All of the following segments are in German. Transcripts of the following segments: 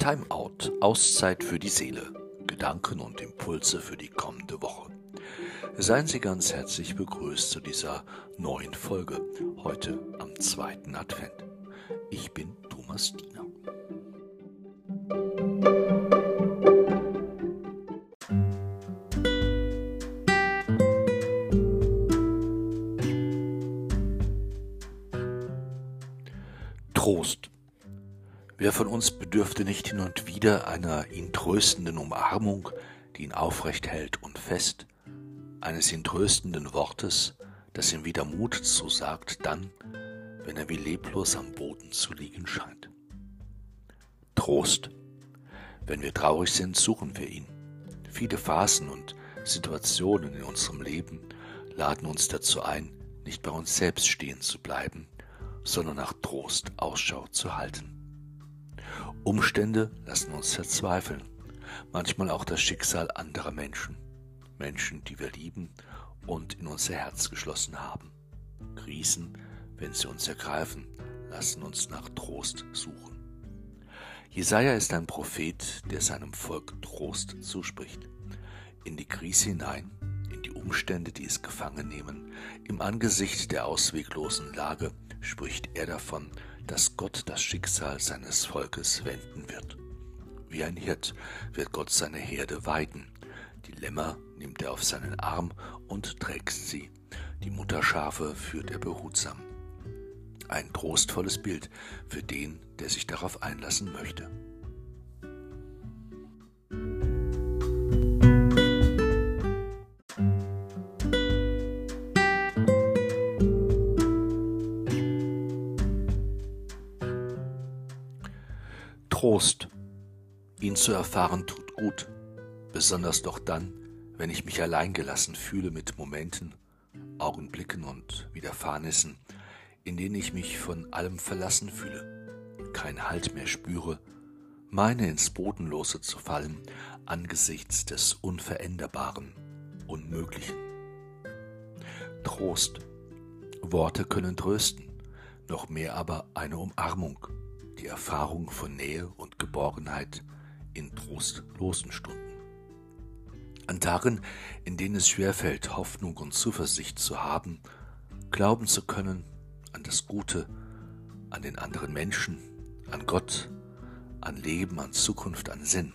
Timeout, Auszeit für die Seele, Gedanken und Impulse für die kommende Woche. Seien Sie ganz herzlich begrüßt zu dieser neuen Folge, heute am 2. Advent. Ich bin Thomas Diener. Trost. Wer von uns bedürfte nicht hin und wieder einer ihn tröstenden Umarmung, die ihn aufrecht hält und fest, eines ihn tröstenden Wortes, das ihm wieder Mut zusagt, dann, wenn er wie leblos am Boden zu liegen scheint. Trost. Wenn wir traurig sind, suchen wir ihn. Viele Phasen und Situationen in unserem Leben laden uns dazu ein, nicht bei uns selbst stehen zu bleiben, sondern nach Trost Ausschau zu halten. Umstände lassen uns verzweifeln, manchmal auch das Schicksal anderer Menschen, die wir lieben und in unser Herz geschlossen haben. Krisen, wenn sie uns ergreifen, lassen uns nach Trost suchen. Jesaja ist ein Prophet, der seinem Volk Trost zuspricht. In die Krise hinein, in die Umstände, die es gefangen nehmen, im Angesicht der ausweglosen Lage spricht er davon, dass Gott das Schicksal seines Volkes wenden wird. Wie ein Hirt wird Gott seine Herde weiden. Die Lämmer nimmt er auf seinen Arm und trägt sie. Die Mutterschafe führt er behutsam. Ein trostvolles Bild für den, der sich darauf einlassen möchte. Trost. Ihn zu erfahren tut gut, besonders doch dann, wenn ich mich alleingelassen fühle mit Momenten, Augenblicken und Widerfahrnissen, in denen ich mich von allem verlassen fühle, keinen Halt mehr spüre, meine ins Bodenlose zu fallen angesichts des Unveränderbaren, Unmöglichen. Trost. Worte können trösten, noch mehr aber eine Umarmung, die Erfahrung von Nähe und Geborgenheit in trostlosen Stunden. An Tagen, in denen es schwerfällt, Hoffnung und Zuversicht zu haben, glauben zu können an das Gute, an den anderen Menschen, an Gott, an Leben, an Zukunft, an Sinn.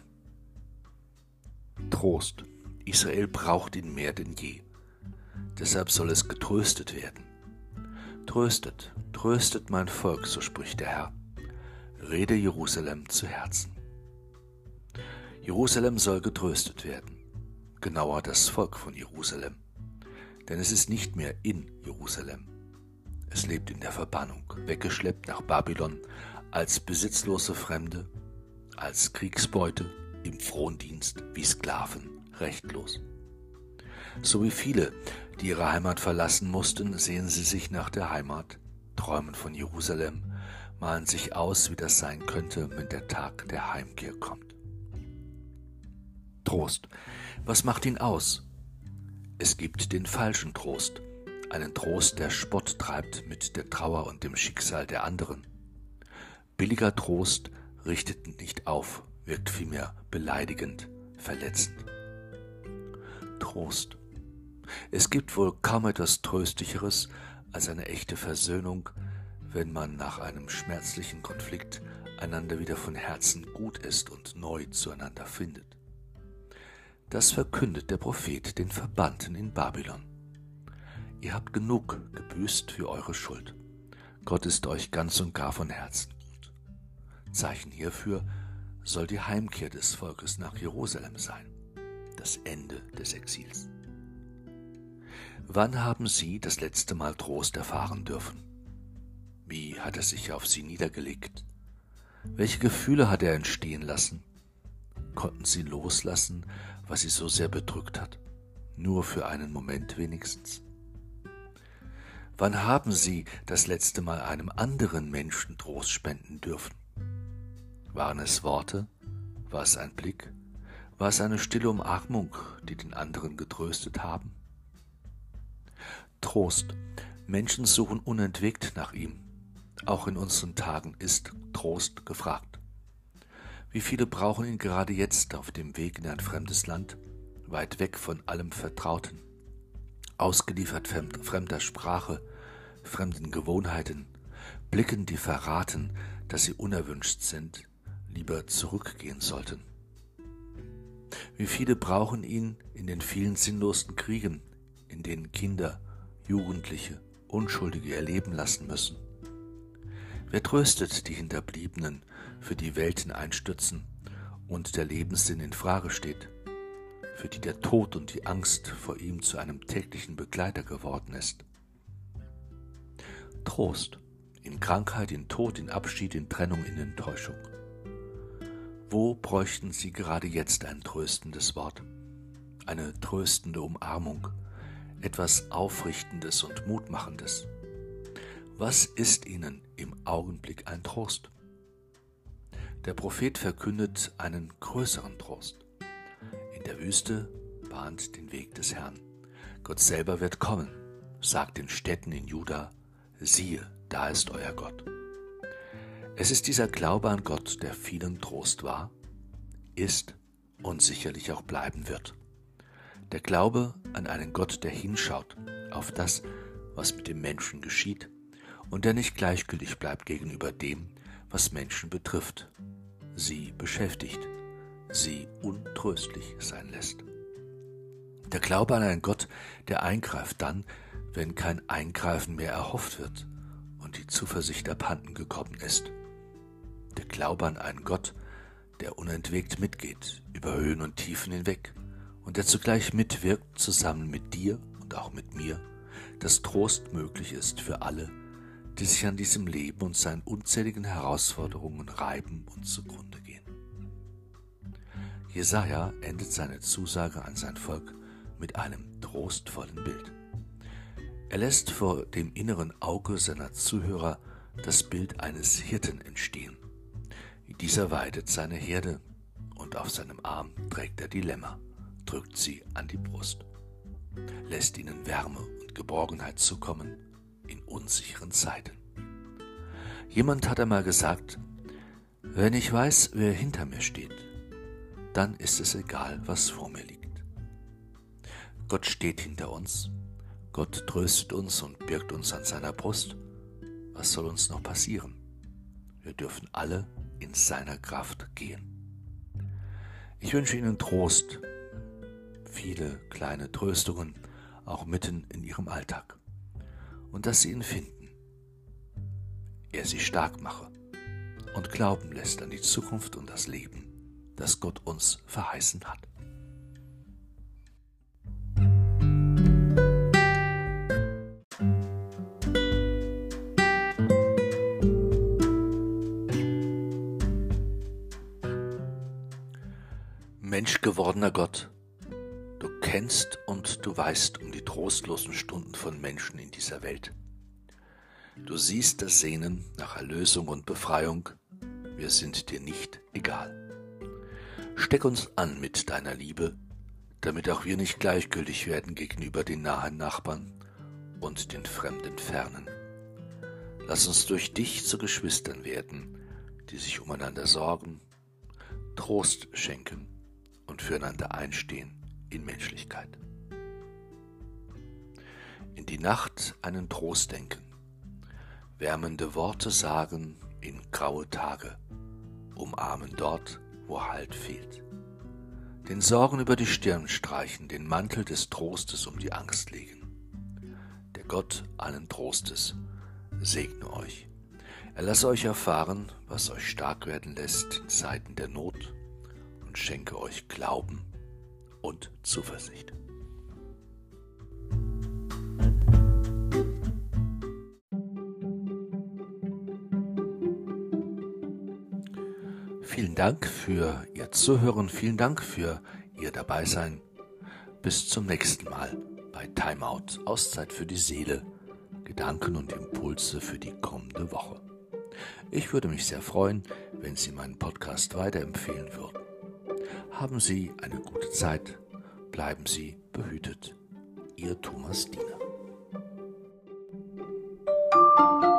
Trost. Israel braucht ihn mehr denn je. Deshalb soll es getröstet werden. Tröstet, tröstet mein Volk, so spricht der Herr. Rede Jerusalem zu Herzen. Jerusalem soll getröstet werden, genauer das Volk von Jerusalem, denn es ist nicht mehr in Jerusalem. Es lebt in der Verbannung, weggeschleppt nach Babylon, als besitzlose Fremde, als Kriegsbeute, im Frondienst, wie Sklaven, rechtlos. So wie viele, die ihre Heimat verlassen mussten, sehen sie sich nach der Heimat, träumen von Jerusalem, malen sich aus, wie das sein könnte, wenn der Tag der Heimkehr kommt. Trost. Was macht ihn aus? Es gibt den falschen Trost, einen Trost, der Spott treibt mit der Trauer und dem Schicksal der anderen. Billiger Trost richtet nicht auf, wirkt vielmehr beleidigend, verletzend. Trost. Es gibt wohl kaum etwas Tröstlicheres als eine echte Versöhnung, wenn man nach einem schmerzlichen Konflikt einander wieder von Herzen gut ist und neu zueinander findet. Das verkündet der Prophet den Verbannten in Babylon. Ihr habt genug gebüßt für eure Schuld. Gott ist euch ganz und gar von Herzen gut. Zeichen hierfür soll die Heimkehr des Volkes nach Jerusalem sein, das Ende des Exils. Wann haben Sie das letzte Mal Trost erfahren dürfen? Wie hat er sich auf Sie niedergelegt? Welche Gefühle hat er entstehen lassen? Konnten Sie loslassen, was Sie so sehr bedrückt hat? Nur für einen Moment wenigstens? Wann haben Sie das letzte Mal einem anderen Menschen Trost spenden dürfen? Waren es Worte? War es ein Blick? War es eine stille Umarmung, die den anderen getröstet haben? Trost. Menschen suchen unentwegt nach ihm. Auch in unseren Tagen ist Trost gefragt. Wie viele brauchen ihn gerade jetzt auf dem Weg in ein fremdes Land, weit weg von allem Vertrauten, ausgeliefert fremder Sprache, fremden Gewohnheiten, Blicken, die verraten, dass sie unerwünscht sind, lieber zurückgehen sollten. Wie viele brauchen ihn in den vielen sinnlosen Kriegen, in denen Kinder, Jugendliche, Unschuldige ihr Leben lassen müssen? Wer tröstet die Hinterbliebenen, für die Welten einstürzen und der Lebenssinn in Frage steht, für die der Tod und die Angst vor ihm zu einem täglichen Begleiter geworden ist? Trost in Krankheit, in Tod, in Abschied, in Trennung, in Enttäuschung. Wo bräuchten Sie gerade jetzt ein tröstendes Wort, eine tröstende Umarmung, etwas Aufrichtendes und Mutmachendes? Was ist Ihnen im Augenblick ein Trost? Der Prophet verkündet einen größeren Trost. In der Wüste bahnt den Weg des Herrn. Gott selber wird kommen, sagt den Städten in Juda: Siehe, da ist euer Gott. Es ist dieser Glaube an Gott, der vielen Trost war, ist und sicherlich auch bleiben wird. Der Glaube an einen Gott, der hinschaut auf das, was mit dem Menschen geschieht und der nicht gleichgültig bleibt gegenüber dem, was Menschen betrifft, sie beschäftigt, sie untröstlich sein lässt. Der Glaube an einen Gott, der eingreift dann, wenn kein Eingreifen mehr erhofft wird und die Zuversicht abhanden gekommen ist. Der Glaube an einen Gott, der unentwegt mitgeht, über Höhen und Tiefen hinweg und der zugleich mitwirkt, zusammen mit dir und auch mit mir, dass Trost möglich ist für alle, die sich an diesem Leben und seinen unzähligen Herausforderungen reiben und zugrunde gehen. Jesaja endet seine Zusage an sein Volk mit einem trostvollen Bild. Er lässt vor dem inneren Auge seiner Zuhörer das Bild eines Hirten entstehen. Dieser weidet seine Herde und auf seinem Arm trägt er die Lämmer, drückt sie an die Brust, lässt ihnen Wärme und Geborgenheit zukommen in unsicheren Zeiten. Jemand hat einmal gesagt: Wenn ich weiß, wer hinter mir steht, dann ist es egal, was vor mir liegt. Gott steht hinter uns, Gott tröstet uns und birgt uns an seiner Brust. Was soll uns noch passieren? Wir dürfen alle in seiner Kraft gehen. Ich wünsche Ihnen Trost, viele kleine Tröstungen, auch mitten in Ihrem Alltag, und dass Sie ihn finden, er Sie stark mache und glauben lässt an die Zukunft und das Leben, das Gott uns verheißen hat. Menschgewordener Gott, du kennst und du weißt um die trostlosen Stunden von Menschen in dieser Welt. Du siehst das Sehnen nach Erlösung und Befreiung, wir sind dir nicht egal. Steck uns an mit deiner Liebe, damit auch wir nicht gleichgültig werden gegenüber den nahen Nachbarn und den fremden Fernen. Lass uns durch dich zu Geschwistern werden, die sich umeinander sorgen, Trost schenken und füreinander einstehen in Menschlichkeit. In die Nacht einen Trost denken, wärmende Worte sagen in graue Tage, umarmen dort, wo Halt fehlt. Den Sorgen über die Stirn streichen, den Mantel des Trostes um die Angst legen. Der Gott allen Trostes segne euch. Er lasse euch erfahren, was euch stark werden lässt in Zeiten der Not, und schenke euch Glauben und Zuversicht. Vielen Dank für Ihr Zuhören, vielen Dank für Ihr Dabeisein. Bis zum nächsten Mal bei Timeout, Auszeit für die Seele, Gedanken und Impulse für die kommende Woche. Ich würde mich sehr freuen, wenn Sie meinen Podcast weiterempfehlen würden. Haben Sie eine gute Zeit, bleiben Sie behütet. Ihr Thomas Diener.